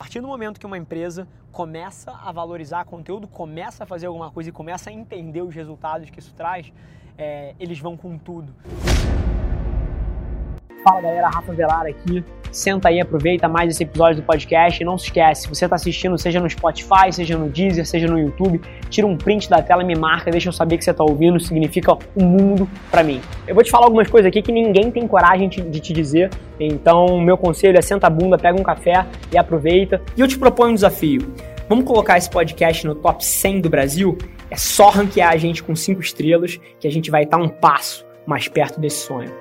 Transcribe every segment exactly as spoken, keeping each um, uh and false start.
partir do momento que uma empresa começa a valorizar conteúdo, começa a fazer alguma coisa e começa a entender os resultados que isso traz, é, eles vão com tudo. Fala galera, Rafa Velar aqui. Senta aí, aproveita mais esse episódio do podcast e não se esquece, se você está assistindo, seja no Spotify, seja no Deezer, seja no YouTube, tira um print da tela e me marca, deixa eu saber que você está ouvindo, significa um mundo para mim. Eu vou te falar algumas coisas aqui que ninguém tem coragem de te dizer, então meu conselho é senta a bunda, pega um café e aproveita. E eu te proponho um desafio, vamos colocar esse podcast no top cem do Brasil? É só ranquear a gente com cinco estrelas que a gente vai estar um passo mais perto desse sonho.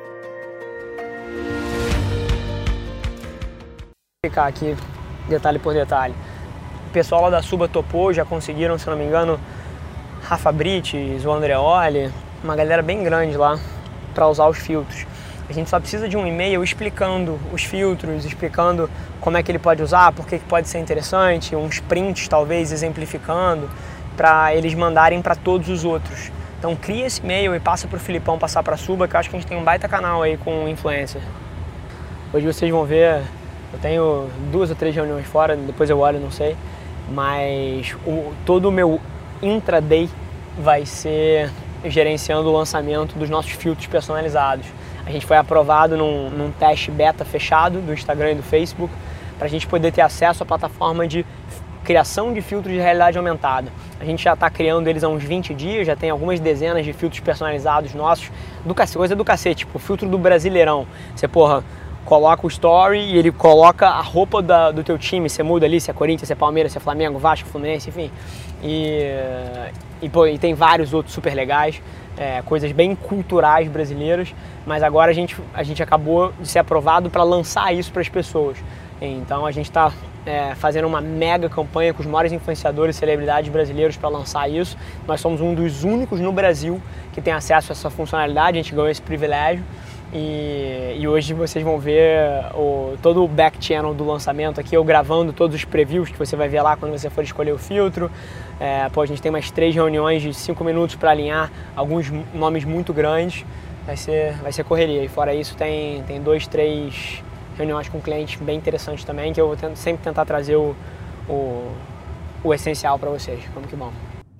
Vou explicar aqui detalhe por detalhe. O pessoal lá da Suba topou, já conseguiram, se não me engano, Rafa Brites, o Andreoli, uma galera bem grande lá para usar os filtros. A gente só precisa de um e-mail explicando os filtros, explicando como é que ele pode usar, por que pode ser interessante, uns prints talvez exemplificando, para eles mandarem para todos os outros. Então cria esse e-mail e passa para o Filipão passar para a Suba, que eu acho que a gente tem um baita canal aí com influencer. Hoje vocês vão ver. Eu tenho duas ou três reuniões fora, depois eu olho, não sei, mas o, todo o meu intraday vai ser gerenciando o lançamento dos nossos filtros personalizados. A gente foi aprovado num, num teste beta fechado do Instagram e do Facebook para a gente poder ter acesso à plataforma de criação de filtros de realidade aumentada. A gente já está criando eles há uns vinte dias, já tem algumas dezenas de filtros personalizados nossos, do cacete, coisa do cacete, tipo o filtro do Brasileirão. Você, porra, coloca o story e ele coloca a roupa da, do teu time, você muda ali se é Corinthians, se é Palmeiras, se é Flamengo, Vasco, Fluminense, enfim. E, e, pô, e tem vários outros super legais, é, coisas bem culturais brasileiras, mas agora a gente, a gente acabou de ser aprovado para lançar isso para as pessoas. Então a gente está é, fazendo uma mega campanha com os maiores influenciadores e celebridades brasileiros para lançar isso. Nós somos um dos únicos no Brasil que tem acesso a essa funcionalidade, a gente ganhou esse privilégio. E, e hoje vocês vão ver o, todo o back channel do lançamento aqui, eu gravando todos os previews que você vai ver lá quando você for escolher o filtro. É, pô, a gente tem umas três reuniões de cinco minutos para alinhar alguns nomes muito grandes, vai ser, vai ser correria. E fora isso tem, tem dois, três reuniões com clientes bem interessantes também, que eu vou tento, sempre tentar trazer o, o, o essencial para vocês. Vamos que vamos.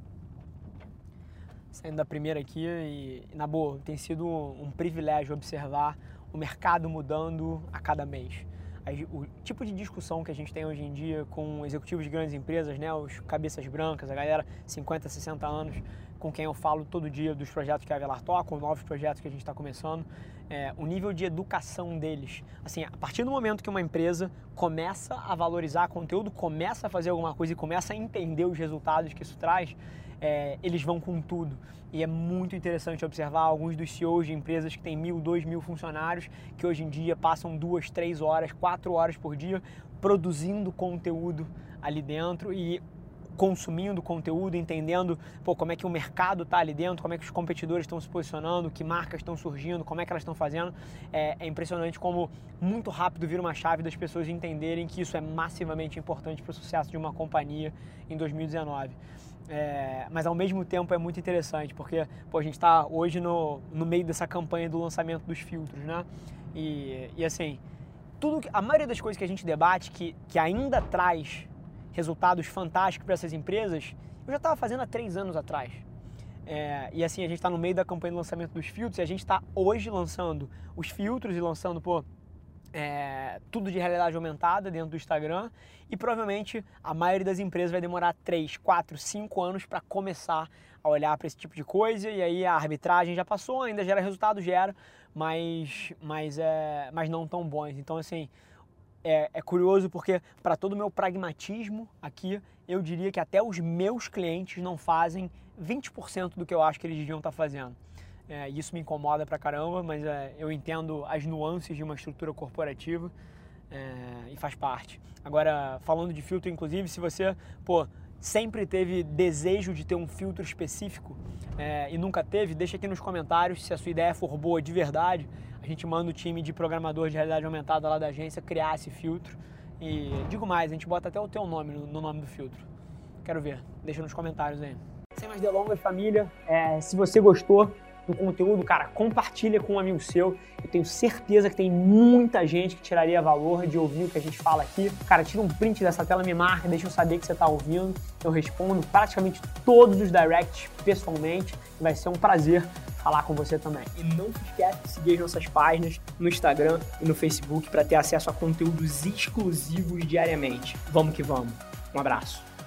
Saindo da primeira aqui e, na boa, tem sido um privilégio observar o mercado mudando a cada mês. O tipo de discussão que a gente tem hoje em dia com executivos de grandes empresas, né, os cabeças brancas, a galera cinquenta, sessenta anos, com quem eu falo todo dia dos projetos que a Velar toca, os novos projetos que a gente está começando, é, o nível de educação deles. Assim, a partir do momento que uma empresa começa a valorizar conteúdo, começa a fazer alguma coisa e começa a entender os resultados que isso traz, É, eles vão com tudo. E é muito interessante observar alguns dos C E Os de empresas que têm mil, dois mil funcionários, que hoje em dia passam duas, três horas, quatro horas por dia produzindo conteúdo ali dentro e consumindo conteúdo, entendendo pô, como é que o mercado está ali dentro, como é que os competidores estão se posicionando, que marcas estão surgindo, como é que elas estão fazendo. É, é impressionante como muito rápido vira uma chave das pessoas entenderem que isso é massivamente importante para o sucesso de uma companhia em dois mil e dezenove. É, mas ao mesmo tempo é muito interessante, porque pô, a gente está hoje no, no meio dessa campanha do lançamento dos filtros, né? E, e assim, tudo que, a maioria das coisas que a gente debate que, que ainda traz resultados fantásticos para essas empresas, eu já estava fazendo há três anos atrás. É, e assim, a gente está no meio da campanha do lançamento dos filtros e a gente está hoje lançando os filtros e lançando, pô, É, tudo de realidade aumentada dentro do Instagram e provavelmente a maioria das empresas vai demorar três, quatro, cinco anos para começar a olhar para esse tipo de coisa e aí a arbitragem já passou, ainda gera resultado, gera, mas, mas, é, mas não tão bons. Então assim, é, é curioso porque para todo o meu pragmatismo aqui, eu diria que até os meus clientes não fazem vinte por cento do que eu acho que eles deviam estar fazendo. É, isso me incomoda pra caramba, mas é, eu entendo as nuances de uma estrutura corporativa é, e faz parte. Agora, falando de filtro, inclusive, se você pô, sempre teve desejo de ter um filtro específico é, e nunca teve, deixa aqui nos comentários se a sua ideia for boa de verdade. A gente manda o time de programador de realidade aumentada lá da agência criar esse filtro. E digo mais, a gente bota até o teu nome no, no nome do filtro. Quero ver, deixa nos comentários aí. Sem mais delongas, família, é, se você gostou, no conteúdo, cara, compartilha com um amigo seu. Eu tenho certeza que tem muita gente que tiraria valor de ouvir o que a gente fala aqui. Cara, tira um print dessa tela, me marca, deixa eu saber que você está ouvindo. Eu respondo praticamente todos os directs pessoalmente. Vai ser um prazer falar com você também. E não se esquece de seguir as nossas páginas no Instagram e no Facebook para ter acesso a conteúdos exclusivos diariamente. Vamos que vamos. Um abraço.